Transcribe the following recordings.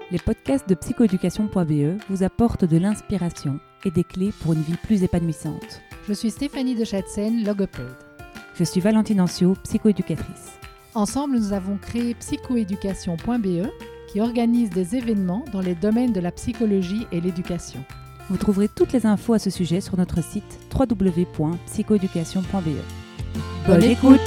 Les podcasts de psychoéducation.be vous apportent de l'inspiration et des clés pour une vie plus épanouissante. Je suis Stéphanie de Chatsen, logopède. Je suis Valentine Ancio, psychoéducatrice. Ensemble, nous avons créé psychoéducation.be qui organise des événements dans les domaines de la psychologie et l'éducation. Vous trouverez toutes les infos à ce sujet sur notre site www.psychoéducation.be. Bonne écoute!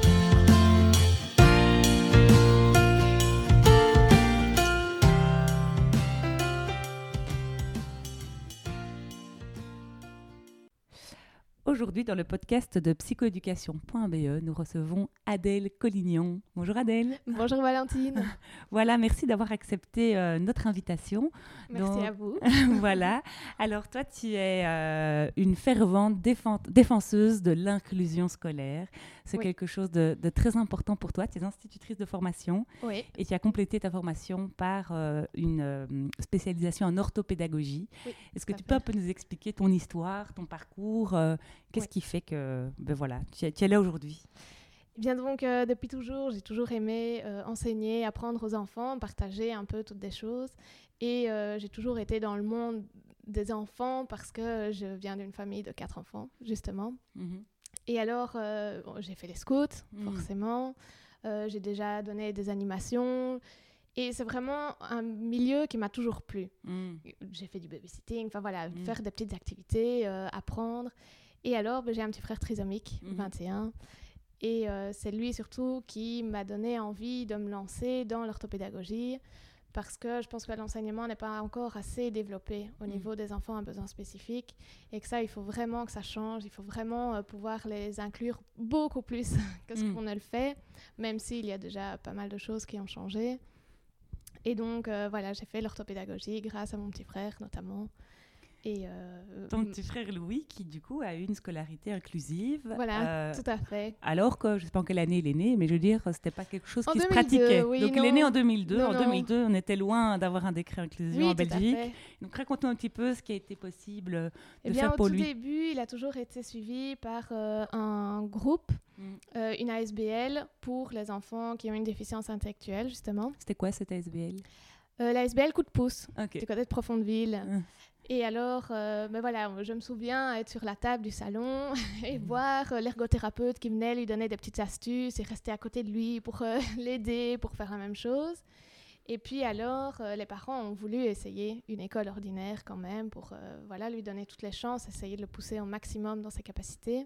Aujourd'hui, dans le podcast de psychoéducation.be, nous recevons Adèle Collignon. Bonjour Adèle. Bonjour Valentine. Voilà, merci d'avoir accepté notre invitation. Merci à vous. Voilà. Alors toi, tu es une fervente défenseuse de l'inclusion scolaire. C'est quelque chose de très important pour toi. Tu es institutrice de formation et tu as complété ta formation par une spécialisation en orthopédagogie. Oui, est-ce que tu peux un peu nous expliquer ton histoire, ton parcours Qu'est-ce qui fait que tu es là aujourd'hui? Eh bien donc, depuis toujours, j'ai toujours aimé enseigner, apprendre aux enfants, partager un peu toutes des choses. Et j'ai toujours été dans le monde des enfants parce que je viens d'une famille de 4 enfants, justement. Mm-hmm. Et alors, j'ai fait les scouts, forcément. J'ai déjà donné des animations. Et c'est vraiment un milieu qui m'a toujours plu. J'ai fait du babysitting, faire des petites activités, apprendre. Et alors, j'ai un petit frère trisomique, 21. Et c'est lui surtout qui m'a donné envie de me lancer dans l'orthopédagogie parce que je pense que l'enseignement n'est pas encore assez développé au niveau des enfants à besoins spécifiques et que ça, il faut vraiment que ça change. Il faut vraiment pouvoir les inclure beaucoup plus que ce qu'on ne le fait, même s'il y a déjà pas mal de choses qui ont changé. Et donc, j'ai fait l'orthopédagogie grâce à mon petit frère notamment. Et ton petit frère Louis, qui du coup a eu une scolarité inclusive. Voilà, tout à fait. Alors que, je ne sais pas en quelle année il est né, mais je veux dire, ce n'était pas quelque chose qui 2002, se pratiquait. Oui, donc non. il est né en 2002. Non, en 2002, on était loin d'avoir un décret inclusion en Belgique. Donc raconte-nous un petit peu ce qui a été possible de faire pour lui. Au tout début, il a toujours été suivi par un groupe, une ASBL, pour les enfants qui ont une déficience intellectuelle, justement. C'était quoi cette ASBL? L'ASBL Coup de pouce, du côté de Profondeville. Et alors, je me souviens être sur la table du salon et voir l'ergothérapeute qui venait lui donner des petites astuces et rester à côté de lui pour l'aider, pour faire la même chose. Et puis alors, les parents ont voulu essayer une école ordinaire quand même pour lui donner toutes les chances, essayer de le pousser au maximum dans ses capacités.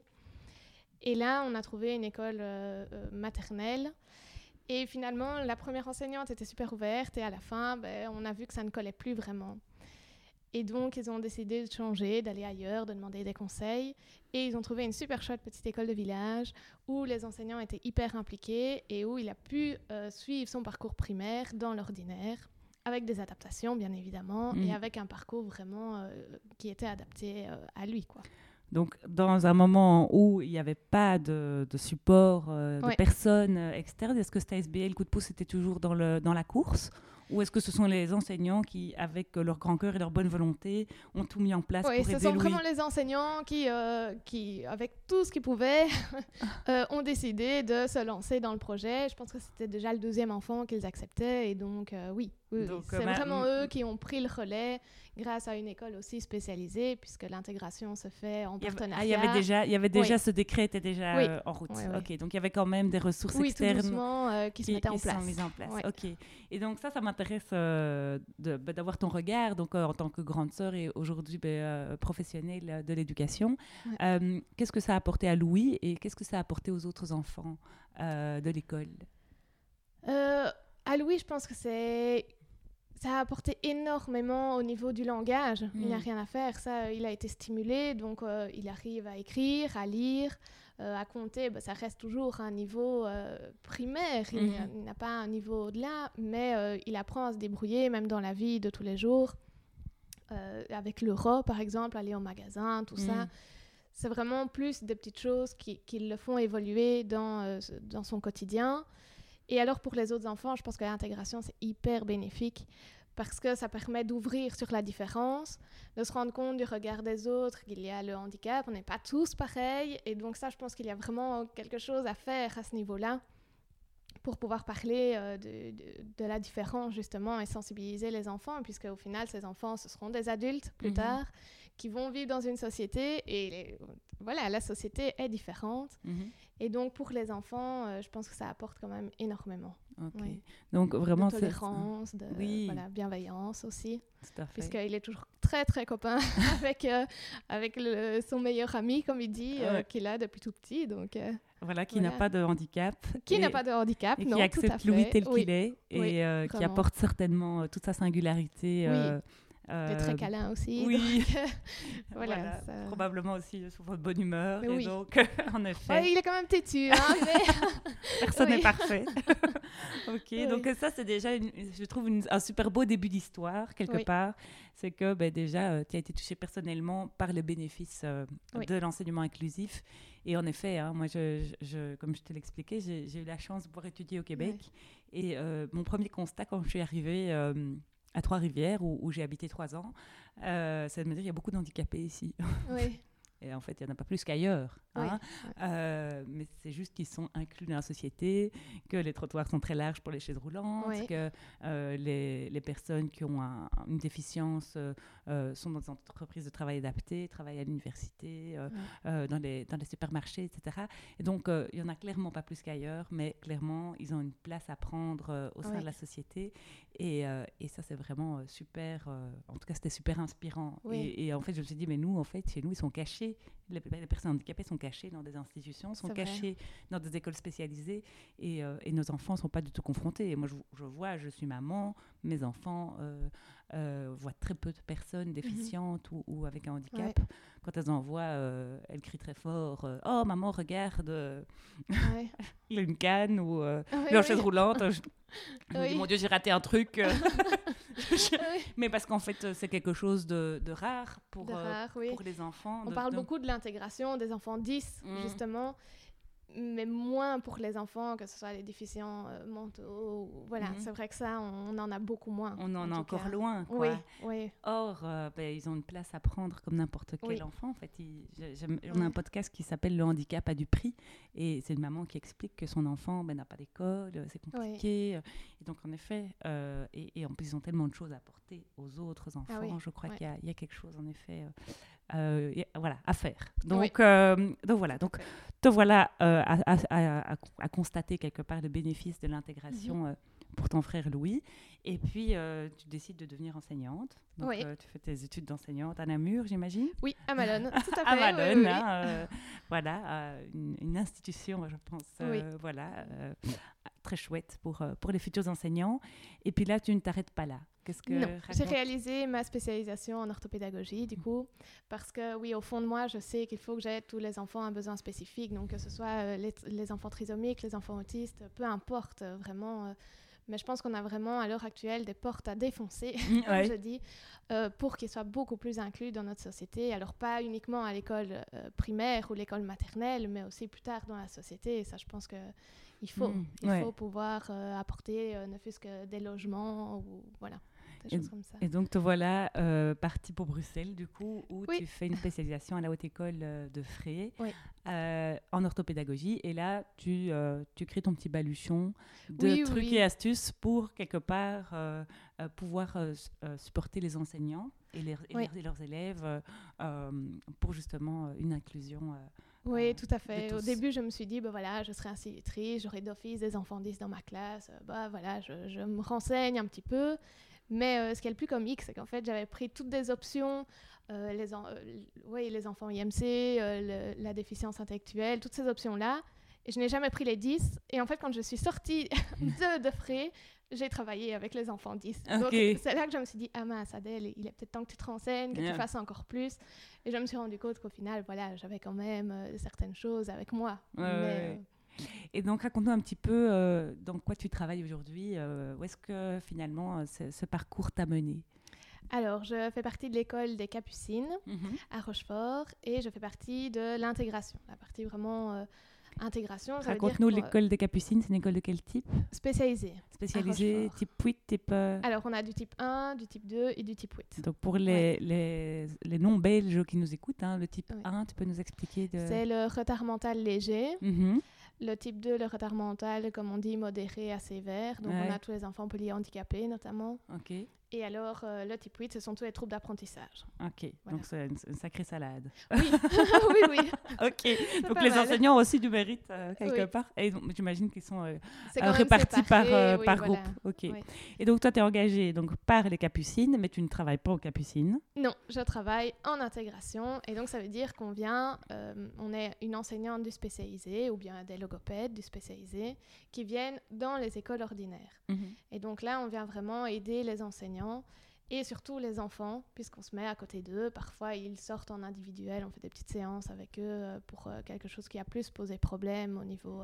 Et là, on a trouvé une école maternelle. Et finalement, la première enseignante était super ouverte et à la fin, on a vu que ça ne collait plus vraiment. Et donc, ils ont décidé de changer, d'aller ailleurs, de demander des conseils. Et ils ont trouvé une super chouette petite école de village où les enseignants étaient hyper impliqués et où il a pu suivre son parcours primaire dans l'ordinaire, avec des adaptations, bien évidemment, et avec un parcours vraiment qui était adapté à lui, quoi. Donc, dans un moment où il n'y avait pas de support de personnes externes, est-ce que cette ASBL Coup de pouce était toujours dans la course? Ou est-ce que ce sont les enseignants qui, avec leur grand cœur et leur bonne volonté, ont tout mis en place pour aider Louis? Oui, ce sont vraiment les enseignants qui, avec tout ce qu'ils pouvaient, ont décidé de se lancer dans le projet. Je pense que c'était déjà le 2e enfant qu'ils acceptaient. Et donc, c'est vraiment eux qui ont pris le relais grâce à une école aussi spécialisée, puisque l'intégration se fait en partenariat. Il y avait déjà ce décret était déjà en route. Oui. Ok, donc il y avait quand même des ressources externes tout doucement, qui se mettaient en place. Sont mises en place. Ok. Et donc ça m'intéresse d'avoir ton regard, donc en tant que grande sœur et aujourd'hui professionnelle de l'éducation. Qu'est-ce que ça a apporté à Louis et qu'est-ce que ça a apporté aux autres enfants de l'école? À Louis, je pense que ça a apporté énormément au niveau du langage. Il n'y a rien à faire. Ça, il a été stimulé, donc il arrive à écrire, à lire, à compter. Ça reste toujours un niveau primaire. Il n'a pas un niveau au-delà, mais il apprend à se débrouiller, même dans la vie de tous les jours. Avec l'euro, par exemple, aller au magasin, tout ça. C'est vraiment plus des petites choses qui le font évoluer dans son quotidien. Et alors, pour les autres enfants, je pense que l'intégration, c'est hyper bénéfique parce que ça permet d'ouvrir sur la différence, de se rendre compte du regard des autres, qu'il y a le handicap, on n'est pas tous pareils. Et donc ça, je pense qu'il y a vraiment quelque chose à faire à ce niveau-là pour pouvoir parler de la différence justement et sensibiliser les enfants, puisque au final ces enfants ce seront des adultes plus tard qui vont vivre dans une société et voilà, la société est différente et donc pour les enfants je pense que ça apporte quand même énormément. Donc vraiment de tolérance, de bienveillance aussi, tout à fait. Puisqu'il est toujours très très copain avec son meilleur ami comme il dit qu'il a depuis tout petit, donc voilà, qui n'a pas de handicap. N'a pas de handicap, et non, qui accepte Louis tel qu'il est et qui vraiment. apporte certainement toute sa singularité. Il est très câlin aussi. Oui, donc, voilà, ça... probablement aussi souvent de bonne humeur. Et donc, en effet... il est quand même têtu. Hein, mais... Personne n'est parfait. Donc ça, c'est déjà, je trouve, un super beau début d'histoire, quelque part. C'est que déjà, tu as été touchée personnellement par le bénéfice de l'enseignement inclusif. Et en effet, hein, moi, comme je te l'expliquais, j'ai eu la chance de pouvoir étudier au Québec. Et mon premier constat, quand je suis arrivée... à Trois-Rivières, où j'ai habité 3 ans, c'est de me dire qu'il y a beaucoup d'handicapés ici. Oui. Et en fait, il n'y en a pas plus qu'ailleurs. Hein. Mais c'est juste qu'ils sont inclus dans la société, que les trottoirs sont très larges pour les chaises roulantes, que les personnes qui ont une déficience sont dans des entreprises de travail adapté, travaillent à l'université, dans les supermarchés, etc. Et donc, il n'y en a clairement pas plus qu'ailleurs, mais clairement, ils ont une place à prendre au sein de la société. Et ça, c'est vraiment super. En tout cas, c'était super inspirant. Et en fait, je me suis dit, mais nous, en fait, chez nous, ils sont cachés. Les personnes handicapées sont cachées dans des institutions, sont cachées dans des écoles spécialisées. Et nos enfants ne sont pas du tout confrontés. Et moi, je suis maman, mes enfants voient très peu de personnes déficientes ou avec un handicap. Quand elles en voient, elles crient très fort « Oh, maman, regarde il a une canne » ou leur chaise roulante. Je me dis « Mon Dieu, j'ai raté un truc !» Mais parce qu'en fait, c'est quelque chose de rare pour les enfants. On parle beaucoup de l'intégration des enfants 10, justement, mais moins pour les enfants, que ce soit les déficients mentaux. Voilà, c'est vrai que ça, on en a beaucoup moins. On en est encore loin, quoi. Or, ils ont une place à prendre comme n'importe quel enfant. En fait, on a un podcast qui s'appelle « Le handicap a du prix ». Et c'est une maman qui explique que son enfant n'a pas d'école, c'est compliqué. Et donc, en effet, et en plus, ils ont tellement de choses à apporter aux autres enfants. Je crois qu'il y a quelque chose, en effet... à faire. Donc, voilà. Donc, te voilà à constater quelque part le bénéfice de l'intégration pour ton frère Louis. Et puis, tu décides de devenir enseignante. Donc, tu fais tes études d'enseignante à Namur, j'imagine. Oui, à Malone, tout à fait. À Malone, voilà, une institution, je pense, très chouette pour les futurs enseignants. Et puis là, tu ne t'arrêtes pas là. Non, j'ai réalisé ma spécialisation en orthopédagogie, du coup, parce que, oui, au fond de moi, je sais qu'il faut que j'aide tous les enfants à besoins spécifiques, donc que ce soit les enfants trisomiques, les enfants autistes, peu importe, vraiment. Mais je pense qu'on a vraiment, à l'heure actuelle, des portes à défoncer, comme je dis, pour qu'ils soient beaucoup plus inclus dans notre société. Alors, pas uniquement à l'école primaire ou l'école maternelle, mais aussi plus tard dans la société. Et ça, je pense qu'il faut, faut pouvoir apporter ne fût-ce que des logements ou voilà. Et donc, te voilà partie pour Bruxelles, du coup, où tu fais une spécialisation à la Haute École de Frey en orthopédagogie. Et là, tu crées ton petit baluchon de trucs et astuces pour, quelque part, pouvoir supporter les enseignants et leurs élèves pour, justement, une inclusion oui, tout à fait. Au début, je me suis dit, je serai institutrice, j'aurai d'office des enfants 10 dans ma classe. Je me renseigne un petit peu. Mais ce qui est le plus comique, c'est qu'en fait, j'avais pris toutes des options, les enfants IMC, la déficience intellectuelle, toutes ces options-là, et je n'ai jamais pris les 10. Et en fait, quand je suis sortie de Frey, j'ai travaillé avec les enfants 10. Donc, c'est là que je me suis dit, ah mince, Adèle, il est peut-être temps que tu te renseignes, que tu fasses encore plus. Et je me suis rendu compte qu'au final, j'avais quand même certaines choses avec moi. Et donc, raconte-nous un petit peu dans quoi tu travailles aujourd'hui. Où est-ce que, finalement, ce parcours t'a mené ? Alors, je fais partie de l'école des Capucines à Rochefort et je fais partie de l'intégration, la partie vraiment intégration. Raconte-nous l'école des Capucines, c'est une école de quel type ? Spécialisée. Spécialisée, type 8, type... Alors, on a du type 1, du type 2 et du type 8. Donc, pour les non-belges qui nous écoutent, le type 1, tu peux nous expliquer C'est le retard mental léger. le type 2, le retard mental, comme on dit, modéré à sévère. Donc, on a tous les enfants polyhandicapés, notamment. Ok. Et alors, le type 8, ce sont tous les troubles d'apprentissage. Ok, voilà. Donc c'est une sacrée salade. Oui, oui. Ok, donc les enseignants ont aussi du mérite quelque part. Et donc, j'imagine qu'ils sont répartis par groupe. Ok. Oui. Et donc toi, tu es engagée donc, par les Capucines, mais tu ne travailles pas aux Capucines. Non, je travaille en intégration. Et donc, ça veut dire qu'on vient, on est une enseignante du spécialisé ou bien des logopèdes du spécialisé qui viennent dans les écoles ordinaires. Et donc là, on vient vraiment aider les enseignants et surtout les enfants, puisqu'on se met à côté d'eux. Parfois, ils sortent en individuel, on fait des petites séances avec eux pour quelque chose qui a plus posé problème au niveau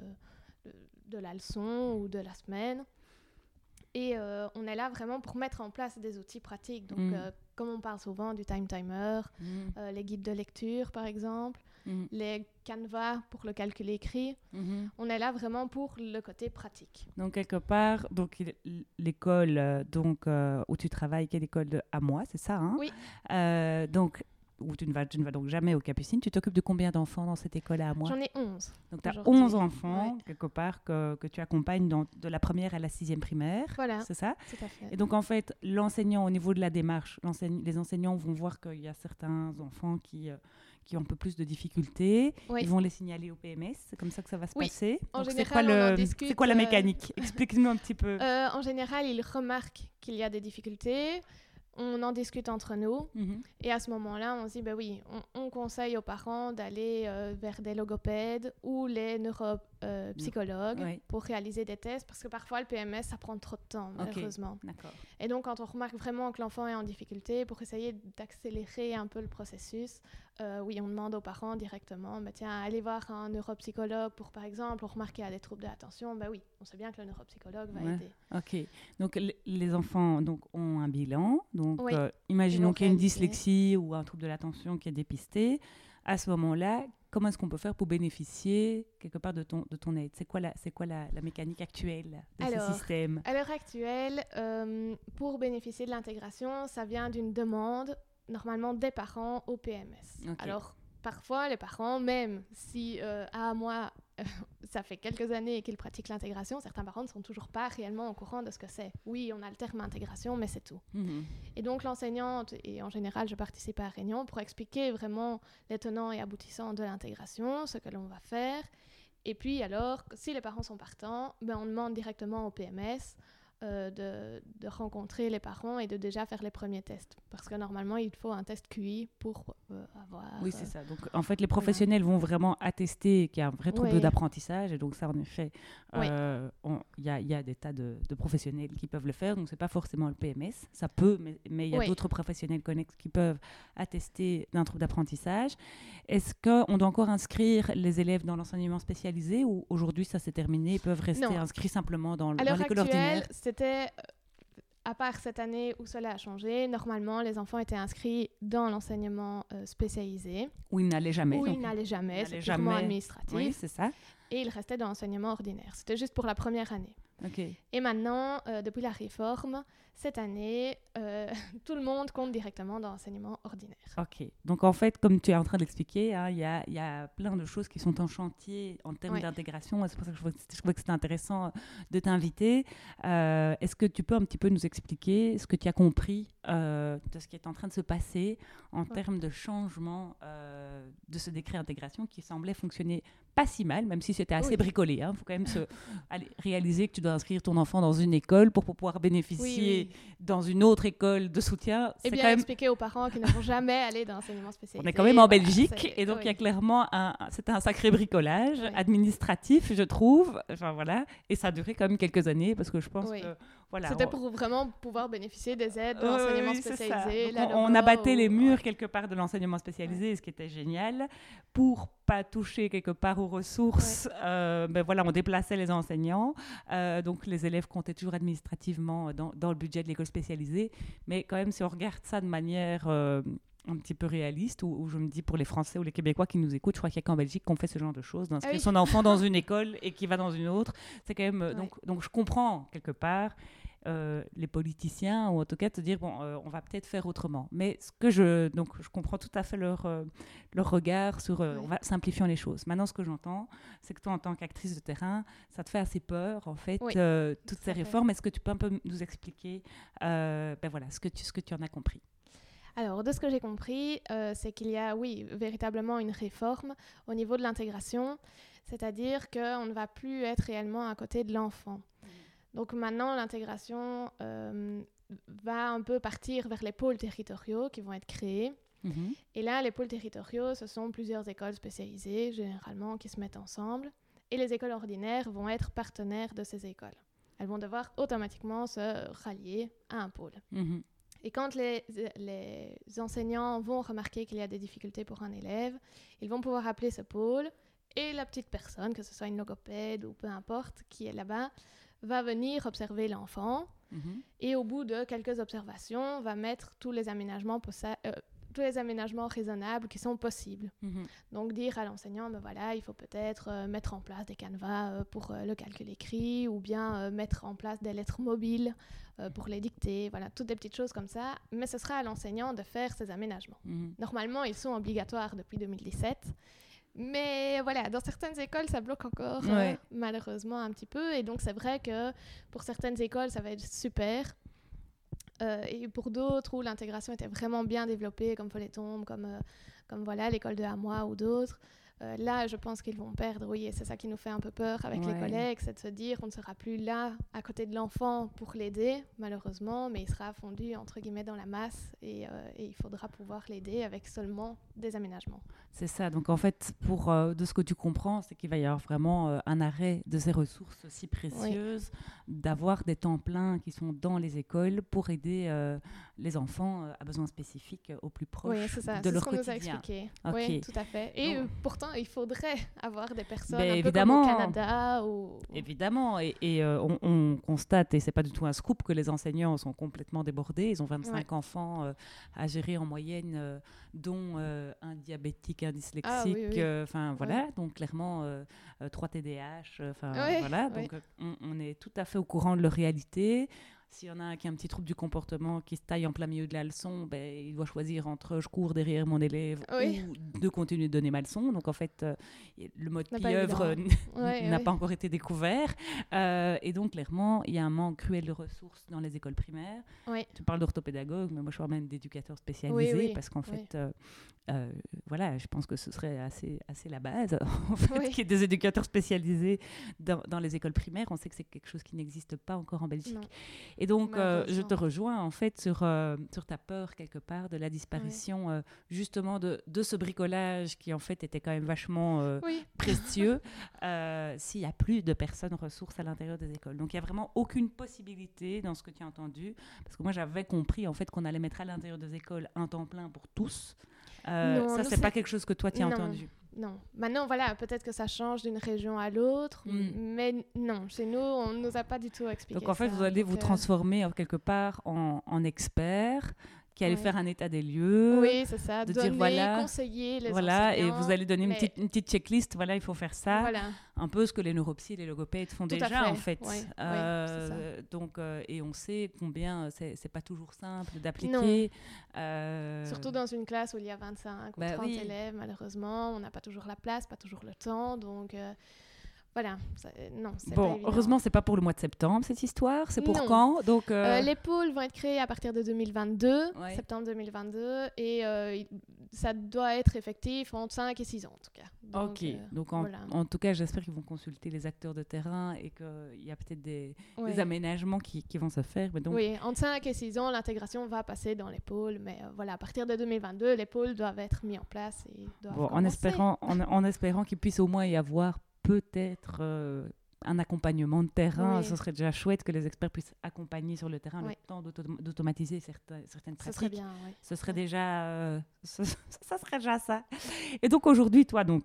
de la leçon ou de la semaine. Et on est là vraiment pour mettre en place des outils pratiques. Donc, comme on parle souvent du time timer, les guides de lecture, par exemple, les canevas pour le calcul écrit, on est là vraiment pour le côté pratique. Donc, quelque part, donc, l'école où tu travailles, qui est l'école de Amois, c'est ça, hein? Oui. Donc, où tu ne vas donc jamais aux Capucines. Tu t'occupes de combien d'enfants dans cette école à Amois? J'en ai 11. Donc, tu as 11 enfants, quelque part, que tu accompagnes de la première à la 6e primaire. Voilà, c'est ça? Tout à fait. Et donc, en fait, l'enseignant, au niveau de la démarche, les enseignants vont voir qu'il y a certains enfants qui ont un peu plus de difficultés. Oui. Ils vont les signaler au PMS. C'est comme ça que ça va se passer. En donc, général, c'est quoi la mécanique? Explique-nous un petit peu. En général, ils remarquent qu'il y a des difficultés. On en discute entre nous et à ce moment-là, on se dit, oui, on conseille aux parents d'aller vers des logopèdes ou les neuropsychologues pour réaliser des tests parce que parfois, le PMS, ça prend trop de temps, malheureusement. D'accord. Et donc, quand on remarque vraiment que l'enfant est en difficulté, pour essayer d'accélérer un peu le processus, on demande aux parents directement, tiens, allez voir un neuropsychologue pour, par exemple, on remarque qu'il y a des troubles de l'attention. Oui, on sait bien que le neuropsychologue va aider. Ok. Donc, les enfants ont un bilan. Donc, imaginons qu'il y a une dyslexie ou un trouble de l'attention qui est dépisté. À ce moment-là, comment est-ce qu'on peut faire pour bénéficier quelque part de ton aide? C'est quoi la mécanique actuelle de ce système? À l'heure actuelle, pour bénéficier de l'intégration, ça vient d'une demande, normalement des parents au PMS. Okay. Alors, parfois, les parents, même si à moi, ça fait quelques années qu'ils pratiquent l'intégration, certains parents ne sont toujours pas réellement au courant de ce que c'est. Oui, on a le terme intégration, mais c'est tout. Et donc, l'enseignante, et en général, je participe à la réunion pour expliquer vraiment les tenants et aboutissants de l'intégration, ce que l'on va faire. Et puis, alors, si les parents sont partants, on demande directement au PMS de rencontrer les parents et de déjà faire les premiers tests. Parce que normalement, il faut un test QI pour avoir... Oui, c'est ça. Donc, en fait, les professionnels vont vraiment attester qu'il y a un vrai trouble d'apprentissage. Et donc, ça, en effet, il y a des tas de professionnels qui peuvent le faire. Donc, ce n'est pas forcément le PMS. Ça peut, mais il y a d'autres professionnels connexes qui peuvent attester d'un trouble d'apprentissage. Est-ce qu'on doit encore inscrire les élèves dans l'enseignement spécialisé ou aujourd'hui, ça s'est terminé, ils peuvent rester inscrits simplement dans l'école ordinaire? C'était, à part cette année où cela a changé, normalement, les enfants étaient inscrits dans l'enseignement spécialisé. Où ils n'allaient jamais. C'est purement administratif. Oui, c'est ça. Et ils restaient dans l'enseignement ordinaire. C'était juste pour la première année. Okay. Et maintenant, depuis la réforme, cette année, tout le monde compte directement dans l'enseignement ordinaire. Ok. Donc, en fait, comme tu es en train d'expliquer, il y a plein de choses qui sont en chantier en termes d'intégration. C'est pour ça que je trouvais que c'était intéressant de t'inviter. Est-ce que tu peux un petit peu nous expliquer ce que tu as compris de ce qui est en train de se passer en termes de changement de ce décret d'intégration qui semblait fonctionner pas si mal, même si c'était assez bricolé. Il faut quand même réaliser que tu dois inscrire ton enfant dans une école pour pouvoir bénéficier dans une autre école de soutien. Et bien expliquer aux parents qu'ils ne vont jamais aller dans l'enseignement spécialisé. On est quand même en Belgique et donc il y a clairement c'était un sacré bricolage administratif, je trouve. Enfin, voilà. Et ça a duré quand même quelques années parce que je pense que... Voilà, c'était pour vraiment pouvoir bénéficier des aides de l'enseignement spécialisé. On abattait les murs quelque part de l'enseignement spécialisé, ce qui était génial. Pour pas toucher quelque part aux ressources, on déplaçait les enseignants. Donc les élèves comptaient toujours administrativement dans le budget de l'école spécialisée. Mais quand même, si on regarde ça de manière... un petit peu réaliste, où je me dis pour les Français ou les Québécois qui nous écoutent, je crois qu'il n'y a qu'en Belgique qu'on fait ce genre de choses, d'inscrire son enfant dans une école et qui va dans une autre. C'est quand même... Donc je comprends quelque part. les politiciens, ou en tout cas te dire, on va peut-être faire autrement. Mais je comprends tout à fait leur regard sur, simplifiant les choses. Maintenant, ce que j'entends, c'est que toi, en tant qu'actrice de terrain, ça te fait assez peur, en fait, toutes ces réformes. Est-ce que tu peux un peu nous expliquer ce que tu en as compris? Alors, de ce que j'ai compris, c'est qu'il y a, véritablement une réforme au niveau de l'intégration, c'est-à-dire qu'on ne va plus être réellement à côté de l'enfant. Donc maintenant, l'intégration va un peu partir vers les pôles territoriaux qui vont être créés. Et là, les pôles territoriaux, ce sont plusieurs écoles spécialisées, généralement, qui se mettent ensemble. Et les écoles ordinaires vont être partenaires de ces écoles. Elles vont devoir automatiquement se rallier à un pôle. Et quand les enseignants vont remarquer qu'il y a des difficultés pour un élève, ils vont pouvoir appeler ce pôle et la petite personne, que ce soit une logopède ou peu importe, qui est là-bas, va venir observer l'enfant et au bout de quelques observations, va mettre tous les aménagements raisonnables qui sont possibles. Donc dire à l'enseignant, il faut peut-être mettre en place des canevas pour le calcul écrit ou bien mettre en place des lettres mobiles pour les dicter, voilà, toutes des petites choses comme ça. Mais ce sera à l'enseignant de faire ces aménagements. Normalement, ils sont obligatoires depuis 2017. Mais voilà, dans certaines écoles, ça bloque encore, malheureusement, un petit peu. Et donc, c'est vrai que pour certaines écoles, ça va être super. Et pour d'autres où l'intégration était vraiment bien développée, comme Folletombe, comme voilà, l'école de Hamois ou d'autres, là, je pense qu'ils vont perdre, et c'est ça qui nous fait un peu peur avec les collègues, c'est de se dire qu'on ne sera plus là, à côté de l'enfant, pour l'aider, malheureusement, mais il sera fondu, entre guillemets, dans la masse, et il faudra pouvoir l'aider avec seulement des aménagements. C'est ça, donc en fait, de ce que tu comprends, c'est qu'il va y avoir vraiment un arrêt de ces ressources si précieuses, d'avoir des temps pleins qui sont dans les écoles pour aider les enfants à besoins spécifiques au plus proche de leur quotidien. C'est ce qu'on nous a expliqué. Oui, tout à fait. Et pourtant, il faudrait avoir des personnes évidemment, peu comme au Canada. Évidemment, et on constate, et ce n'est pas du tout un scoop, que les enseignants sont complètement débordés. Ils ont 25 enfants à gérer en moyenne, dont un diabétique, un dyslexique. Donc clairement 3 TDAH. Donc on est tout à fait au courant de leur réalité. S'il y en a un qui a un petit trouble du comportement qui se taille en plein milieu de la leçon, il doit choisir entre je cours derrière mon élève ou de continuer de donner ma leçon. Donc en fait, le mode pieuvre n'a pas encore été découvert. Et donc clairement, il y a un manque cruel de ressources dans les écoles primaires. Tu parles d'orthopédagogue, mais moi je parle même d'éducateurs spécialisés parce qu'en fait, je pense que ce serait assez la base en fait, qu'il y ait des éducateurs spécialisés dans les écoles primaires. On sait que c'est quelque chose qui n'existe pas encore en Belgique. Non. Et donc, je te rejoins en fait sur ta peur quelque part de la disparition justement de ce bricolage qui en fait était quand même vachement précieux s'il n'y a plus de personnes ressources à l'intérieur des écoles. Donc, il n'y a vraiment aucune possibilité dans ce que tu as entendu, parce que moi, j'avais compris en fait qu'on allait mettre à l'intérieur des écoles un temps plein pour tous. Ça, c'est pas quelque chose que toi, tu as entendu. Non. Maintenant, voilà, peut-être que ça change d'une région à l'autre, mais non, chez nous, on ne nous a pas du tout expliqué. Donc, en fait, vous allez vous transformer quelque part en expert qui allait faire un état des lieux. Oui, c'est ça. De donner, conseiller les enseignants. Et vous allez donner une petite checklist. Voilà, il faut faire ça. Voilà. Un peu ce que les neuropsy et les logopèdes font déjà, en fait. C'est ça. Donc, et on sait combien c'est pas toujours simple d'appliquer. Surtout dans une classe où il y a 25 ou 30 élèves, malheureusement. On n'a pas toujours la place, pas toujours le temps. Donc... Voilà, c'est pas évident. Heureusement, c'est pas pour le mois de septembre cette histoire. C'est pour quand? Donc, les pôles vont être créés à partir de 2022, septembre 2022, et ça doit être effectif entre 5 et 6 ans en tout cas. Donc, donc en tout cas, j'espère qu'ils vont consulter les acteurs de terrain et qu'il y a peut-être des aménagements qui vont se faire. Mais donc... Oui, entre 5 et 6 ans, l'intégration va passer dans les pôles, mais à partir de 2022, les pôles doivent être mis en place et doivent commencer. En espérant qu'il puisse au moins y avoir peut-être un accompagnement de terrain. Ce serait déjà chouette que les experts puissent accompagner sur le terrain le temps d'automatiser certaines pratiques. Ce serait bien, Ce serait déjà ça serait déjà ça. Et donc aujourd'hui, toi,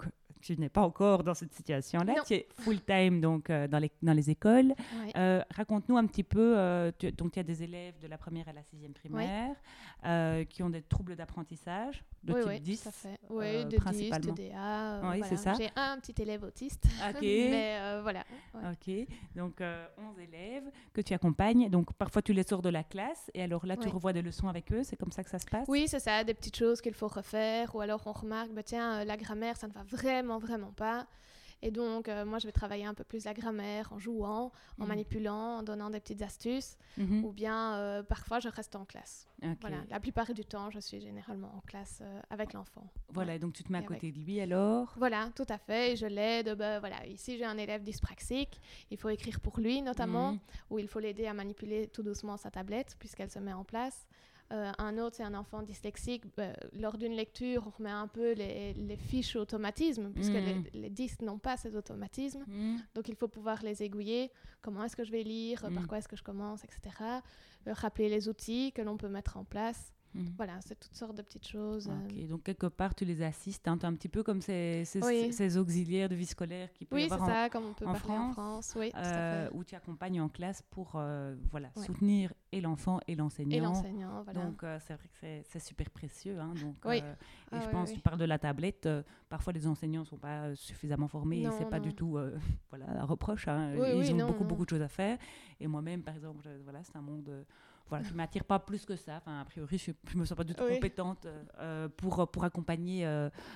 tu n'es pas encore dans cette situation-là. Non. Tu es full-time donc, dans les écoles. Ouais. Raconte-nous un petit peu, donc tu as des élèves de la première à la 6e primaire qui ont des troubles d'apprentissage de type 10. Tout à fait. Oui, de principalement. 10, de DA. Oui, voilà. c'est ça. J'ai un petit élève autiste. OK. Mais voilà. Ouais. OK. Donc, 11 élèves que tu accompagnes. Donc, parfois, tu les sors de la classe et alors là, tu revois des leçons avec eux. C'est comme ça que ça se passe? Oui, c'est ça. Des petites choses qu'il faut refaire. Ou alors, on remarque, tiens, la grammaire, ça ne va vraiment, vraiment pas. Et donc, moi, je vais travailler un peu plus la grammaire en jouant, en manipulant, en donnant des petites astuces. Ou bien, parfois, je reste en classe. Okay. Voilà. La plupart du temps, je suis généralement en classe avec l'enfant. Voilà, donc tu te mets à côté de lui alors? Voilà, tout à fait. Et je l'aide. Voilà. Ici, j'ai un élève dyspraxique. Il faut écrire pour lui, notamment, où il faut l'aider à manipuler tout doucement sa tablette, puisqu'elle se met en place. Un autre, c'est un enfant dyslexique. Lors d'une lecture, on remet un peu les fiches automatismes, puisque les dys n'ont pas ces automatismes. Donc, il faut pouvoir les aiguiller. Comment est-ce que je vais lire? Par quoi est-ce que je commence? Etc. Rappeler les outils que l'on peut mettre en place. Voilà, c'est toutes sortes de petites choses. Okay, donc, quelque part, tu les assistes. Hein, tu es un petit peu comme ces auxiliaires de vie scolaire qui peuvent y avoir c'est ça, comme on peut parler en France. Oui, tout à fait. Où tu accompagnes en classe pour soutenir et l'enfant et l'enseignant. Et l'enseignant, voilà. Donc, c'est vrai que c'est super précieux. Hein, donc, et je pense, tu parles de la tablette. Parfois, les enseignants ne sont pas suffisamment formés. Et ce n'est pas du tout un reproche. Hein, ils ont beaucoup de choses à faire. Et moi-même, par exemple, c'est un monde... qui ne m'attire pas plus que ça. Enfin, a priori, je ne me sens pas du tout compétente pour accompagner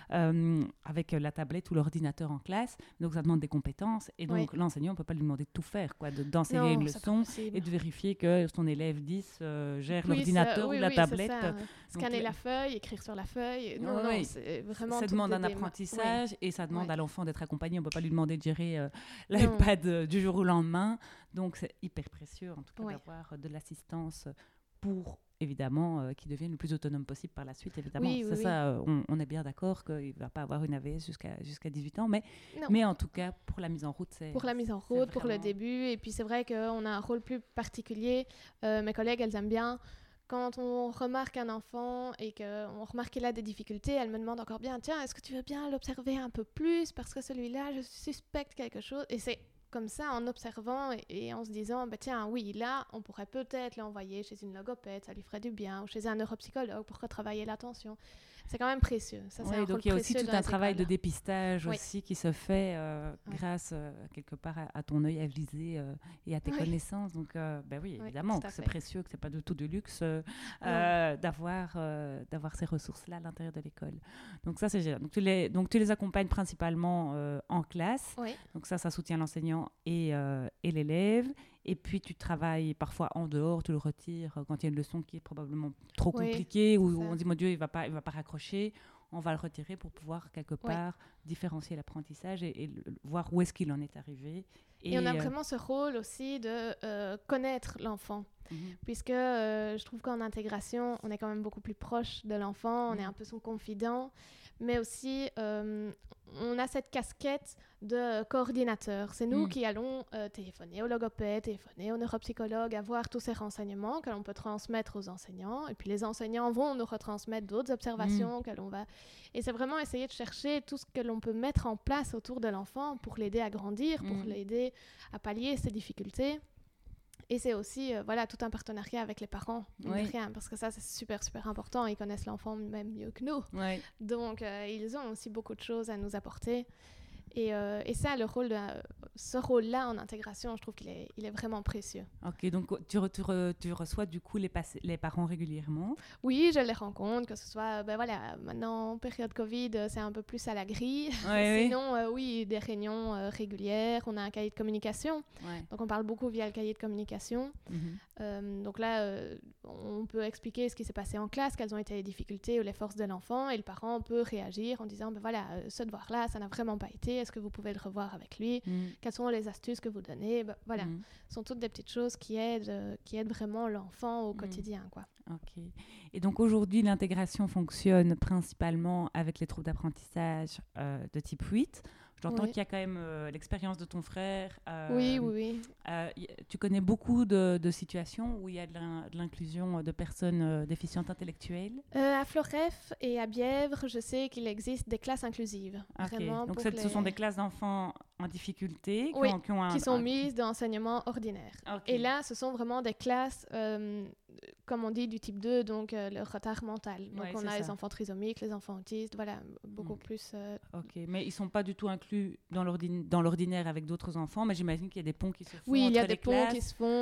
avec la tablette ou l'ordinateur en classe. Donc, ça demande des compétences. Et donc, l'enseignant, on ne peut pas lui demander de tout faire, d'enseigner une leçon et de vérifier que son élève 10 gère l'ordinateur ou la tablette. Scanner la feuille, écrire sur la feuille. C'est vraiment... Ça demande un apprentissage et ça demande à l'enfant d'être accompagné. On ne peut pas lui demander de gérer l'iPad du jour au lendemain. Donc, c'est hyper précieux, en tout cas, d'avoir de l'assistance pour, évidemment, qu'il devienne le plus autonome possible par la suite, évidemment. Ça, on est bien d'accord qu'il ne va pas avoir une AVS jusqu'à 18 ans, mais en tout cas, pour la mise en route, c'est... Pour la mise en route, pour le début. Et puis, c'est vrai qu'on a un rôle plus particulier. Mes collègues, elles aiment bien... Quand on remarque un enfant et qu'on remarque qu'il a des difficultés, elle me demande encore bien, tiens, est-ce que tu veux bien l'observer un peu plus? Parce que celui-là, je suspecte quelque chose. Et c'est comme ça, en observant et en se disant, tiens, oui, là, on pourrait peut-être l'envoyer chez une logopède, ça lui ferait du bien, ou chez un neuropsychologue pour retravailler l'attention. C'est quand même précieux. Ça, c'est donc il y a aussi tout un travail de dépistage aussi qui se fait grâce quelque part à ton œil avisé et à tes connaissances. Donc, évidemment, que c'est précieux, que c'est pas du tout de luxe d'avoir ces ressources-là à l'intérieur de l'école. Donc ça, c'est génial. Donc tu les accompagnes principalement en classe. Donc ça soutient l'enseignant et l'élève. Et puis, tu travailles parfois en dehors, tu le retires quand il y a une leçon qui est probablement trop compliquée, ou on dit, mon Dieu, il va pas raccrocher. On va le retirer pour pouvoir, quelque part, différencier l'apprentissage et voir où est-ce qu'il en est arrivé. Et on a vraiment ce rôle aussi de connaître l'enfant. Puisque je trouve qu'en intégration, on est quand même beaucoup plus proche de l'enfant, on est un peu son confident. Mais aussi, on a cette casquette de coordinateur. C'est nous qui allons téléphoner au logopède, téléphoner au neuropsychologue, avoir tous ces renseignements que l'on peut transmettre aux enseignants. Et puis les enseignants vont nous retransmettre d'autres observations que l'on va... Et c'est vraiment essayer de chercher tout ce que l'on peut mettre en place autour de l'enfant pour l'aider à grandir, pour l'aider à pallier ses difficultés. Et c'est aussi tout un partenariat avec les parents, parce que ça, c'est super, super important. Ils connaissent l'enfant même mieux que nous. Donc, ils ont aussi beaucoup de choses à nous apporter. Et ça, ce rôle-là en intégration, je trouve qu'il est vraiment précieux. Ok, donc tu reçois du coup les parents régulièrement? Oui, je les rencontre, que ce soit, maintenant, en période Covid, c'est un peu plus à la grille. Sinon, des réunions régulières. On a un cahier de communication. Donc, on parle beaucoup via le cahier de communication. Donc là, on peut expliquer ce qui s'est passé en classe, quelles ont été les difficultés ou les forces de l'enfant, et le parent peut réagir en disant, ce devoir-là, ça n'a vraiment pas été. Est-ce que vous pouvez le revoir avec lui? Quelles sont les astuces que vous donnez? Ce sont toutes des petites choses qui aident vraiment l'enfant au quotidien, quoi. Ok. Et donc aujourd'hui, l'intégration fonctionne principalement avec les troubles d'apprentissage de type 8. J'entends qu'il y a quand même l'expérience de ton frère. Oui. Tu connais beaucoup de situations où il y a de l'inclusion de personnes déficientes intellectuelles? À Floref et à Bièvre, je sais qu'il existe des classes inclusives. Vraiment donc ce sont des classes d'enfants en difficulté qui sont mises d'enseignement ordinaire. Et là, ce sont vraiment des classes, comme on dit, du type 2, donc le retard mental. Donc on a les enfants trisomiques, les enfants autistes, voilà, beaucoup plus... mais ils ne sont pas du tout inclus dans l'ordinaire avec d'autres enfants, mais j'imagine qu'il y a des ponts qui se font il y a entre des les ponts classes, qui se font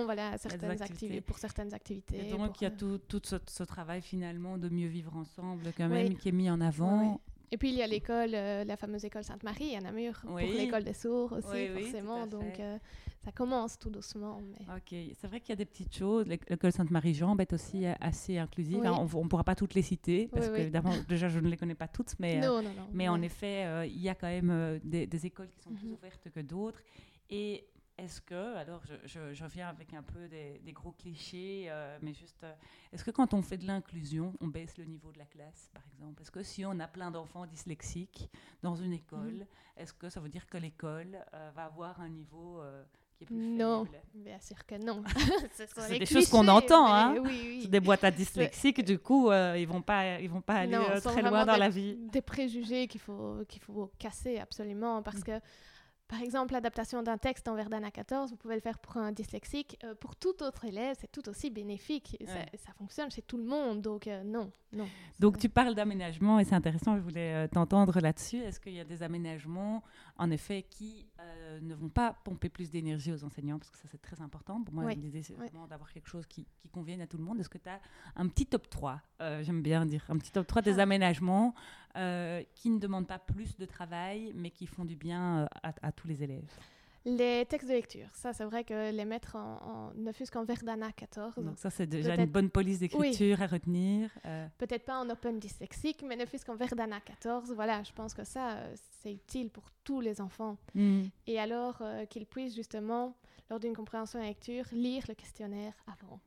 pour certaines activités. Et donc il y a tout ce travail finalement de mieux vivre ensemble quand même qui est mis en avant. Oui. Et puis il y a l'école, la fameuse école Sainte-Marie à Namur, pour l'école des sourds aussi, forcément. Donc ça commence tout doucement. Mais... c'est vrai qu'il y a des petites choses. L'école Sainte-Marie-Jean est aussi assez inclusive. Oui. On ne pourra pas toutes les citer, parce que évidemment, déjà, je ne les connais pas toutes. Mais, mais en effet, il y a quand même des écoles qui sont plus ouvertes que d'autres. Et est-ce que, alors je reviens avec un peu des gros clichés, mais juste, est-ce que quand on fait de l'inclusion, on baisse le niveau de la classe, par exemple? Est-ce que si on a plein d'enfants dyslexiques dans une école, est-ce que ça veut dire que l'école va avoir un niveau qui est plus faible? Non, bien sûr que non. C'est des choses qu'on entend, hein. Oui. C'est des boîtes à dyslexiques, du coup, ils vont pas aller très loin dans la vie. Des préjugés qu'il faut casser absolument, parce que par exemple, l'adaptation d'un texte en Verdana 14, vous pouvez le faire pour un dyslexique. Pour tout autre élève, c'est tout aussi bénéfique. Ça fonctionne chez tout le monde, donc non. Donc tu parles d'aménagement et c'est intéressant, je voulais t'entendre là-dessus. Est-ce qu'il y a des aménagements, en effet, qui ne vont pas pomper plus d'énergie aux enseignants? Parce que ça, c'est très important. Pour moi, l'idée, c'est vraiment d'avoir quelque chose qui convienne à tout le monde. Est-ce que tu as un petit top 3, j'aime bien dire, un petit top 3 des aménagements qui ne demandent pas plus de travail, mais qui font du bien à tous les élèves? Les textes de lecture, ça c'est vrai que les mettre ne fût-ce qu'en Verdana 14. Donc ça c'est déjà une bonne police d'écriture à retenir. Peut-être pas en Open dyslexique, mais ne fût-ce qu'en Verdana 14. Voilà, je pense que ça c'est utile pour tous les enfants. Et alors qu'ils puissent justement, lors d'une compréhension de lecture, lire le questionnaire avant.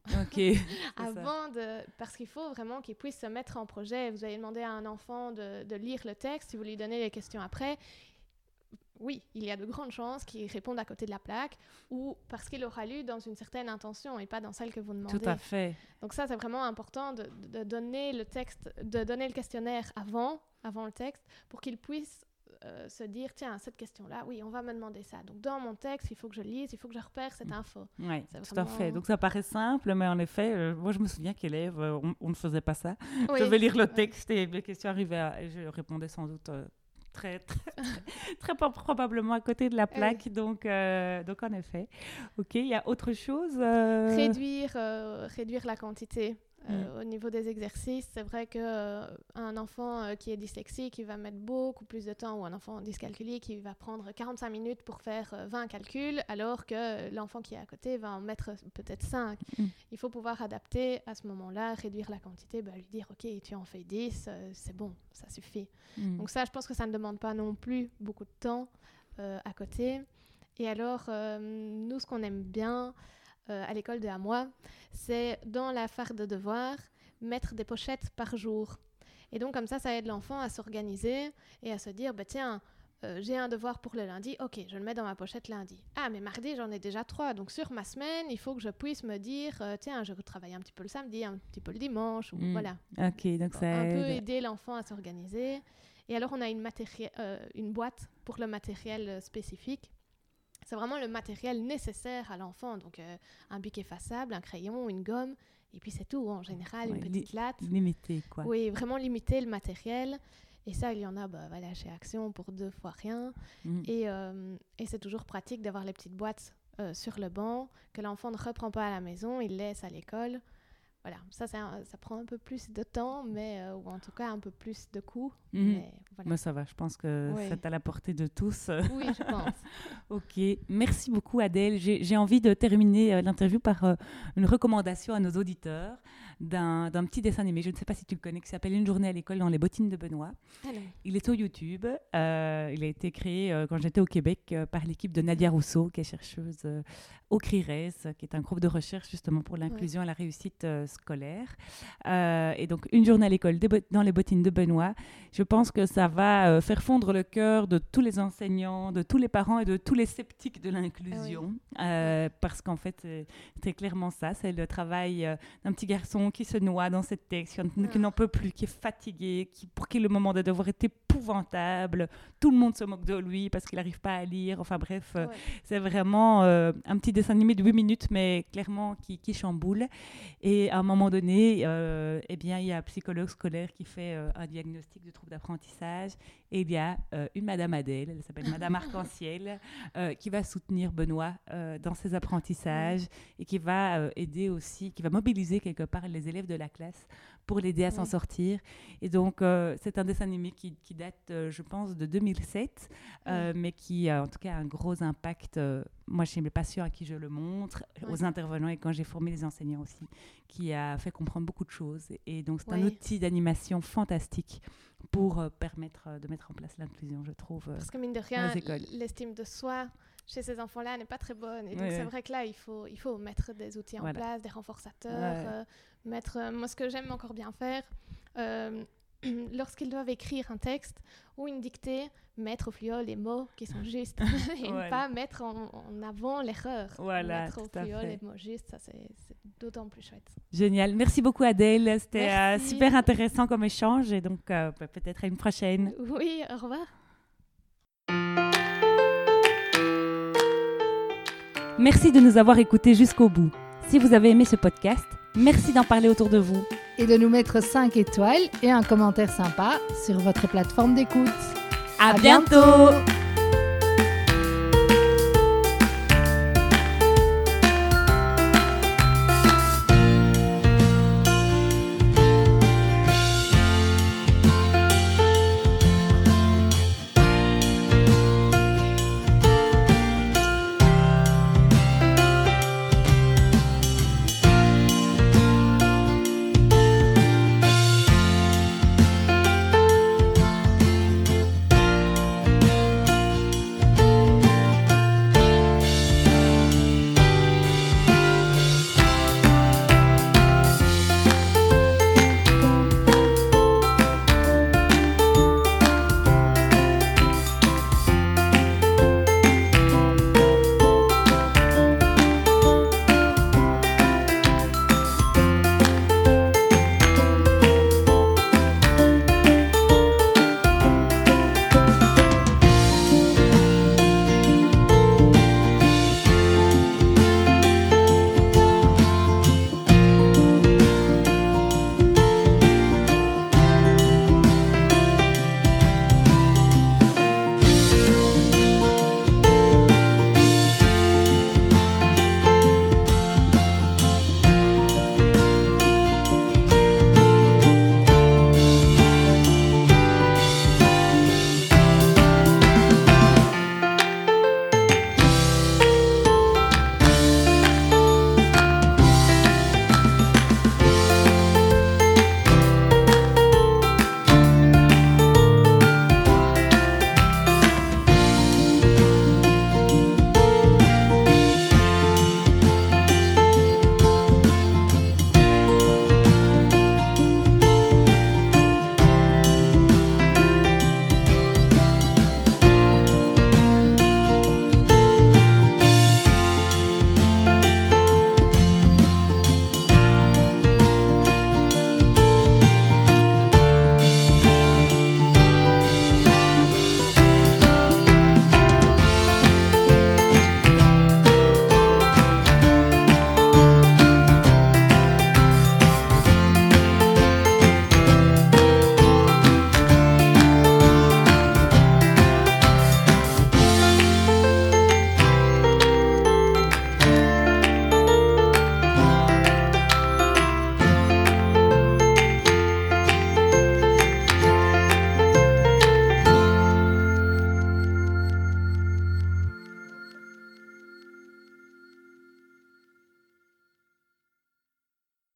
Parce qu'il faut vraiment qu'ils puissent se mettre en projet. Vous allez demander à un enfant de lire le texte, si vous lui donnez les questions après. Oui, il y a de grandes chances qu'il réponde à côté de la plaque ou parce qu'il aura lu dans une certaine intention et pas dans celle que vous demandez. Tout à fait. Donc ça, c'est vraiment important de donner le texte, de donner le questionnaire avant le texte pour qu'il puisse se dire, tiens, cette question-là, oui, on va me demander ça. Donc dans mon texte, il faut que je lise, il faut que je repère cette info. Oui, tout à fait. Donc ça paraît simple, mais en effet, moi je me souviens qu'élève, on ne faisait pas ça. Je devais lire le texte et les questions arrivaient et je répondais sans doute... Très probablement à côté de la plaque, donc en effet. Ok, il y a autre chose Réduire la quantité. Au niveau des exercices, c'est vrai qu'un enfant qui est dyslexique, il va mettre beaucoup plus de temps, ou un enfant dyscalculique, il va prendre 45 minutes pour faire 20 calculs, alors que l'enfant qui est à côté va en mettre peut-être 5. Il faut pouvoir adapter à ce moment-là, réduire la quantité, lui dire « Ok, tu en fais 10, c'est bon, ça suffit. » Donc ça, je pense que ça ne demande pas non plus beaucoup de temps à côté. Et alors, nous, ce qu'on aime bien... à l'école de Hamois, c'est dans la fare de devoirs, mettre des pochettes par jour. Et donc, comme ça aide l'enfant à s'organiser et à se dire, tiens, j'ai un devoir pour le lundi, ok, je le mets dans ma pochette lundi. Ah, mais mardi, j'en ai déjà 3. Donc, sur ma semaine, il faut que je puisse me dire, tiens, je travaille un petit peu le samedi, un petit peu le dimanche, ou voilà. Ok, donc ça un peu aider l'enfant à s'organiser. Et alors, on a une boîte pour le matériel spécifique. C'est vraiment le matériel nécessaire à l'enfant. Donc, un bic effaçable, un crayon, une gomme. Et puis, c'est tout, en général, une petite latte. Limité, quoi. Oui, vraiment limiter le matériel. Et ça, il y en a chez Action pour 2 fois rien. Et c'est toujours pratique d'avoir les petites boîtes sur le banc, que l'enfant ne reprend pas à la maison, il laisse à l'école. Voilà, ça prend un peu plus de temps, ou en tout cas un peu plus de coût. Mais voilà. Mais ça va, je pense que c'est à la portée de tous. Oui, je pense. Ok, merci beaucoup Adèle. J'ai envie de terminer l'interview par une recommandation à nos auditeurs d'un petit dessin animé, je ne sais pas si tu le connais, qui s'appelle Une journée à l'école dans les bottines de Benoît. Il est sur YouTube. Il a été créé quand j'étais au Québec par l'équipe de Nadia Rousseau, qui est chercheuse au CRIRES, qui est un groupe de recherche justement pour l'inclusion et la réussite scolaire. Et donc, une journée à l'école dans les bottines de Benoît, je pense que ça va faire fondre le cœur de tous les enseignants, de tous les parents et de tous les sceptiques de l'inclusion. Parce qu'en fait, c'est clairement ça. C'est le travail d'un petit garçon qui se noie dans cette texte, qui n'en peut plus, qui est fatigué, pour qui le moment de devoir est épouvantable. Tout le monde se moque de lui parce qu'il n'arrive pas à lire. Enfin bref, c'est vraiment un petit dessin animé de 8 minutes, mais clairement qui chamboule. Et à un moment donné, il y a un psychologue scolaire qui fait un diagnostic de trouble d'apprentissage. Et il y a une Madame Adèle, elle s'appelle Madame Arc-en-Ciel, qui va soutenir Benoît dans ses apprentissages et qui va aider aussi, qui va mobiliser quelque part les élèves de la classe pour l'aider à s'en sortir. Et donc, c'est un dessin animé qui date, je pense, de 2007, mais qui a en tout cas un gros impact, moi chez mes patients à qui je le montre, aux intervenants et quand j'ai formé les enseignants aussi, qui a fait comprendre beaucoup de choses. Et donc, c'est un outil d'animation fantastique pour permettre de mettre en place l'inclusion, je trouve, parce que mine de rien, l'estime de soi chez ces enfants-là n'est pas très bonne. Et donc, c'est vrai que là, il faut mettre des outils en place, des renforçateurs, moi, ce que j'aime encore bien faire, lorsqu'ils doivent écrire un texte ou une dictée, mettre au fluo les mots qui sont justes et ne pas mettre en avant l'erreur. Mettre au fluo les mots justes, ça c'est d'autant plus chouette. Génial. Merci beaucoup Adèle. C'était super intéressant comme échange et donc peut-être à une prochaine. Oui, au revoir. Merci de nous avoir écoutés jusqu'au bout. Si vous avez aimé ce podcast, merci d'en parler autour de vous. Et de nous mettre 5 étoiles et un commentaire sympa sur votre plateforme d'écoute. À bientôt.